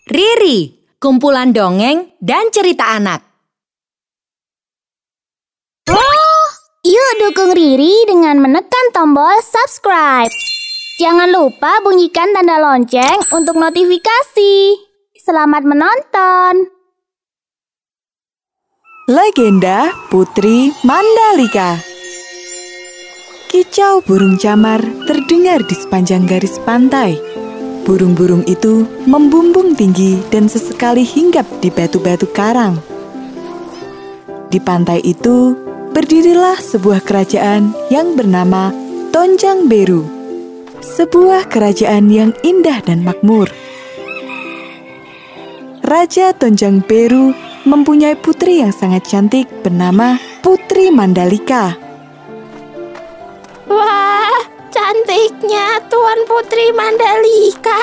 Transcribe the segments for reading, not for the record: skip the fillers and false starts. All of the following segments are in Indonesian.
Riri, kumpulan dongeng dan cerita anak. Yuk dukung Riri dengan menekan tombol subscribe. Jangan lupa bunyikan tanda lonceng untuk notifikasi. Selamat menonton. Legenda Putri Mandalika. Kicau burung camar terdengar di sepanjang garis pantai. Burung-burung itu membumbung tinggi dan sesekali hinggap di batu-batu karang. Di pantai itu berdirilah sebuah kerajaan yang bernama Tonjang Beru. Sebuah kerajaan yang indah dan makmur. Raja Tonjang Beru mempunyai putri yang sangat cantik bernama Putri Mandalika. Wah, cantiknya Tuan Putri Mandalika.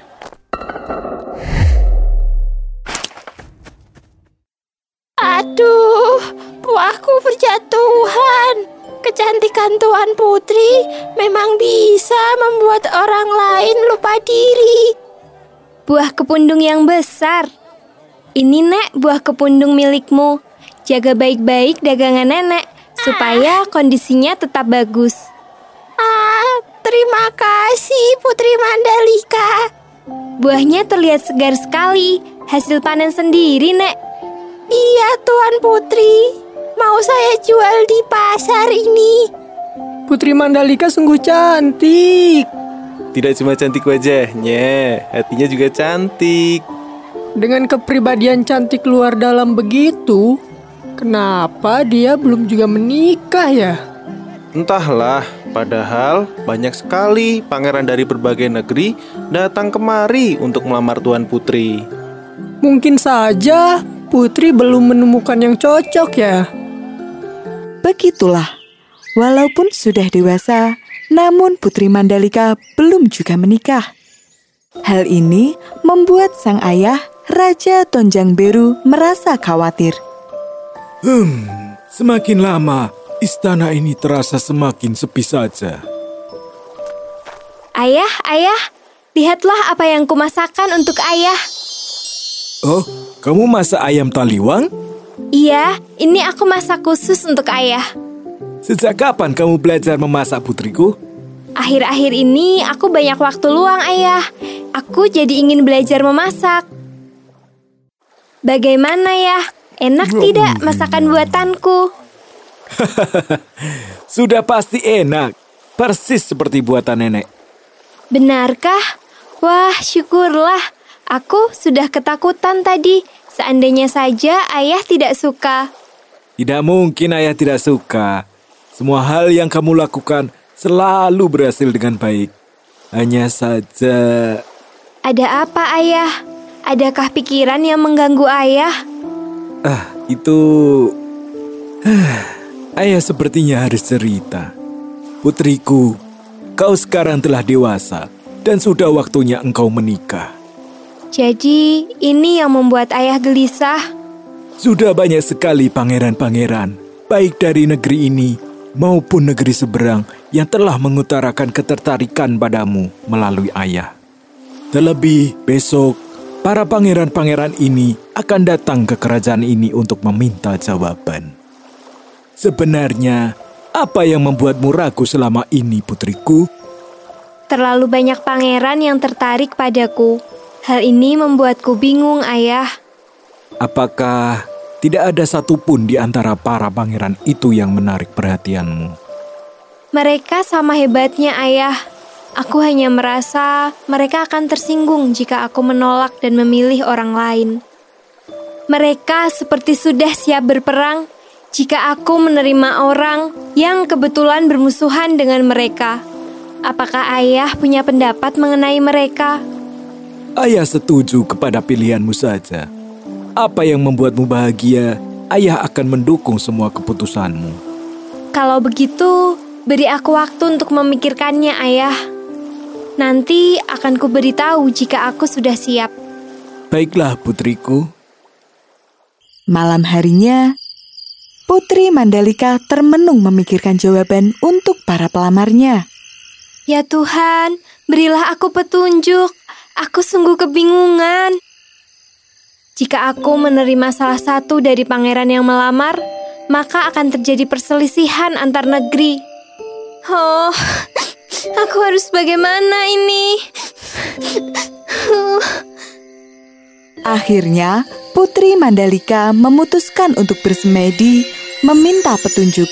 Aduh, buahku berjatuhan. Kecantikan Tuan Putri memang bisa membuat orang lain lupa diri. Buah kepundung yang besar. Ini, Nek, buah kepundung milikmu. Jaga baik-baik dagangan nenek, supaya kondisinya tetap bagus. Terima kasih Putri Mandalika. Buahnya terlihat segar sekali. Hasil panen sendiri, Nek. Iya, Tuan Putri. Mau saya jual di pasar ini. Putri Mandalika sungguh cantik. Tidak cuma cantik wajahnya, hatinya juga cantik. Dengan kepribadian cantik luar dalam begitu, kenapa dia belum juga menikah ya? Entahlah, padahal banyak sekali pangeran dari berbagai negeri datang kemari untuk melamar Tuan Putri. Mungkin saja Putri belum menemukan yang cocok ya. Begitulah, walaupun sudah dewasa, namun Putri Mandalika belum juga menikah. Hal ini membuat sang ayah, Raja Tonjang Beru, merasa khawatir. Semakin lama, istana ini terasa semakin sepi saja. Ayah, lihatlah apa yang kumasakkan untuk ayah. Oh, kamu masak ayam taliwang? Iya, ini aku masak khusus untuk ayah. Sejak kapan kamu belajar memasak, putriku? Akhir-akhir ini aku banyak waktu luang, ayah. Aku jadi ingin belajar memasak. Bagaimana ya? Enak tidak masakan buatanku? Sudah pasti enak. Persis seperti buatan nenek. Benarkah? Wah, syukurlah. Aku sudah ketakutan tadi. Seandainya saja ayah tidak suka. Tidak mungkin ayah tidak suka. Semua hal yang kamu lakukan selalu berhasil dengan baik. Hanya saja... Ada apa, ayah? Adakah pikiran yang mengganggu ayah? Ayah sepertinya harus cerita. Putriku, kau sekarang telah dewasa dan sudah waktunya engkau menikah. Jadi, ini yang membuat ayah gelisah. Sudah banyak sekali pangeran-pangeran, baik dari negeri ini maupun negeri seberang, yang telah mengutarakan ketertarikan padamu melalui ayah. Terlebih besok, para pangeran-pangeran ini akan datang ke kerajaan ini untuk meminta jawaban. Sebenarnya, apa yang membuatmu ragu selama ini, putriku? Terlalu banyak pangeran yang tertarik padaku. Hal ini membuatku bingung, ayah. Apakah tidak ada satupun di antara para pangeran itu yang menarik perhatianmu? Mereka sama hebatnya, ayah. Aku hanya merasa mereka akan tersinggung jika aku menolak dan memilih orang lain. Mereka seperti sudah siap berperang jika aku menerima orang yang kebetulan bermusuhan dengan mereka. Apakah ayah punya pendapat mengenai mereka? Ayah setuju kepada pilihanmu saja. Apa yang membuatmu bahagia, ayah akan mendukung semua keputusanmu. Kalau begitu, beri aku waktu untuk memikirkannya, ayah. Nanti akan kuberitahu jika aku sudah siap. Baiklah, putriku. Malam harinya, Putri Mandalika termenung memikirkan jawaban untuk para pelamarnya. Ya Tuhan, berilah aku petunjuk. Aku sungguh kebingungan. Jika aku menerima salah satu dari pangeran yang melamar, maka akan terjadi perselisihan antar negeri. Oh, aku harus bagaimana ini? Akhirnya, Putri Mandalika memutuskan untuk bersemedi, meminta petunjuk.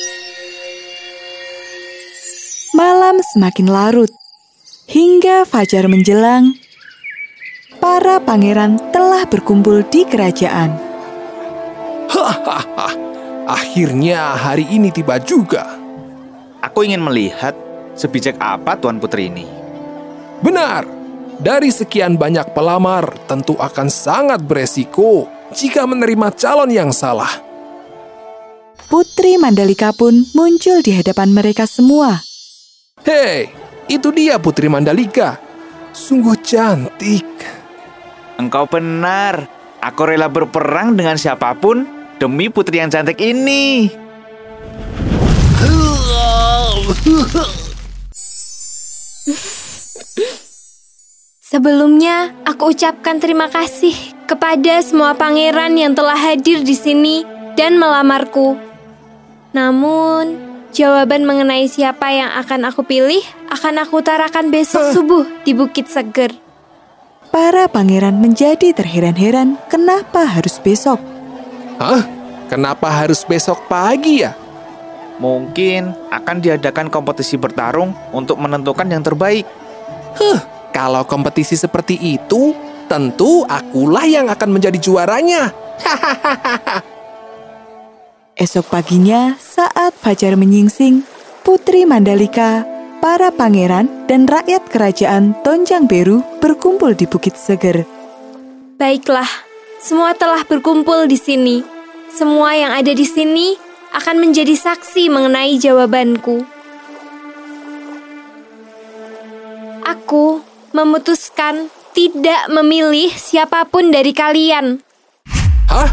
Malam semakin larut, hingga fajar menjelang. Para pangeran telah berkumpul di kerajaan. Hahaha, akhirnya hari ini tiba juga. Aku ingin melihat sebijak apa Tuan Putri ini. Benar, dari sekian banyak pelamar tentu akan sangat beresiko jika menerima calon yang salah. Putri Mandalika pun muncul di hadapan mereka semua. Hei, itu dia Putri Mandalika. Sungguh cantik. Engkau benar. Aku rela berperang dengan siapapun demi putri yang cantik ini. Sebelumnya, aku ucapkan terima kasih kepada semua pangeran yang telah hadir di sini dan melamarku. Namun, jawaban mengenai siapa yang akan aku pilih akan aku utarakan besok subuh di Bukit Seger. Para pangeran menjadi terheran-heran kenapa harus besok. Hah? Kenapa harus besok pagi ya? Mungkin akan diadakan kompetisi bertarung untuk menentukan yang terbaik. Kalau kompetisi seperti itu, tentu akulah yang akan menjadi juaranya. Esok paginya, saat fajar menyingsing, Putri Mandalika, para pangeran, dan rakyat kerajaan Tonjang Beru berkumpul di Bukit Seger. Baiklah, semua telah berkumpul di sini. Semua yang ada di sini akan menjadi saksi mengenai jawabanku. Aku memutuskan tidak memilih siapapun dari kalian. Hah?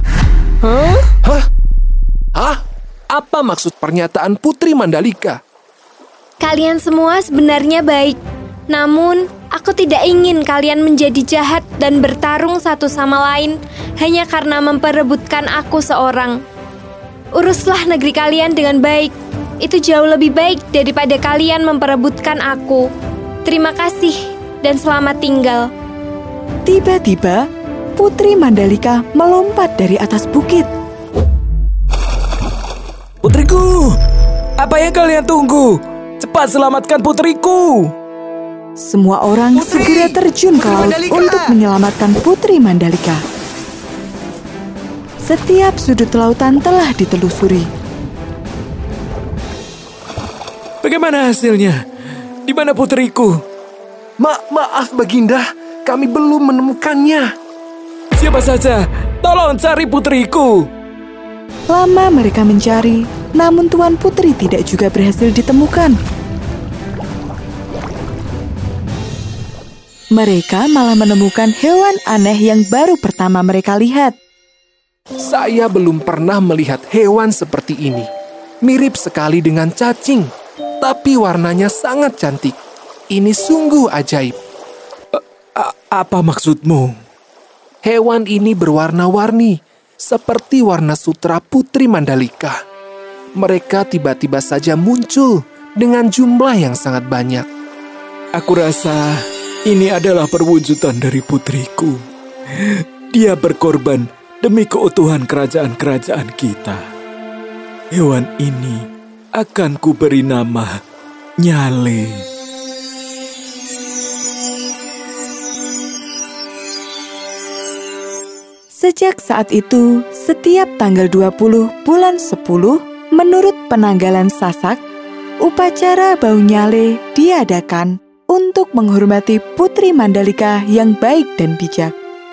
Apa maksud pernyataan Putri Mandalika? Kalian semua sebenarnya baik. Namun, aku tidak ingin kalian menjadi jahat dan bertarung satu sama lain hanya karena memperebutkan aku seorang. Uruslah negeri kalian dengan baik. Itu jauh lebih baik daripada kalian memperebutkan aku. Terima kasih dan selamat tinggal. Tiba-tiba, Putri Mandalika melompat dari atas bukit. Putriku, apa yang kalian tunggu? Cepat selamatkan putriku. Semua orang segera terjun ke laut untuk menyelamatkan Putri Mandalika. Setiap sudut lautan telah ditelusuri. Bagaimana hasilnya? Di mana putriku? Maaf Baginda, kami belum menemukannya. Siapa saja, tolong cari putriku. Lama mereka mencari, namun Tuan Putri tidak juga berhasil ditemukan. Mereka malah menemukan hewan aneh yang baru pertama mereka lihat. Saya belum pernah melihat hewan seperti ini. Mirip sekali dengan cacing, tapi warnanya sangat cantik. Ini sungguh ajaib. Apa maksudmu? Hewan ini berwarna-warni, seperti warna sutra Putri Mandalika. Mereka tiba-tiba saja muncul dengan jumlah yang sangat banyak. Aku rasa ini adalah perwujudan dari putriku. Dia berkorban demi keutuhan kerajaan-kerajaan kita. Hewan ini akan kuberi nama Nyale. Sejak saat itu, setiap tanggal 20 bulan 10, menurut penanggalan Sasak, upacara Bau Nyale diadakan untuk menghormati Putri Mandalika yang baik dan bijak.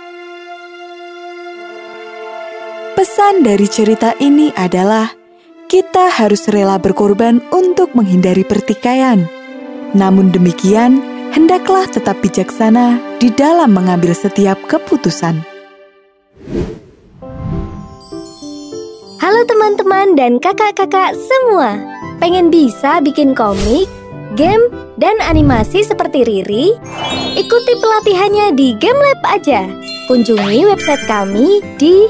Pesan dari cerita ini adalah, kita harus rela berkorban untuk menghindari pertikaian. Namun demikian, hendaklah tetap bijaksana di dalam mengambil setiap keputusan. Halo teman-teman dan kakak-kakak semua. Pengen bisa bikin komik, game, dan animasi seperti Riri? Ikuti pelatihannya di GameLab aja. Kunjungi website kami di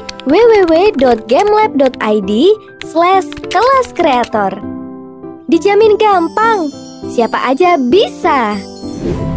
www.gamelab.id/kelas kreator. Dijamin gampang, siapa aja bisa.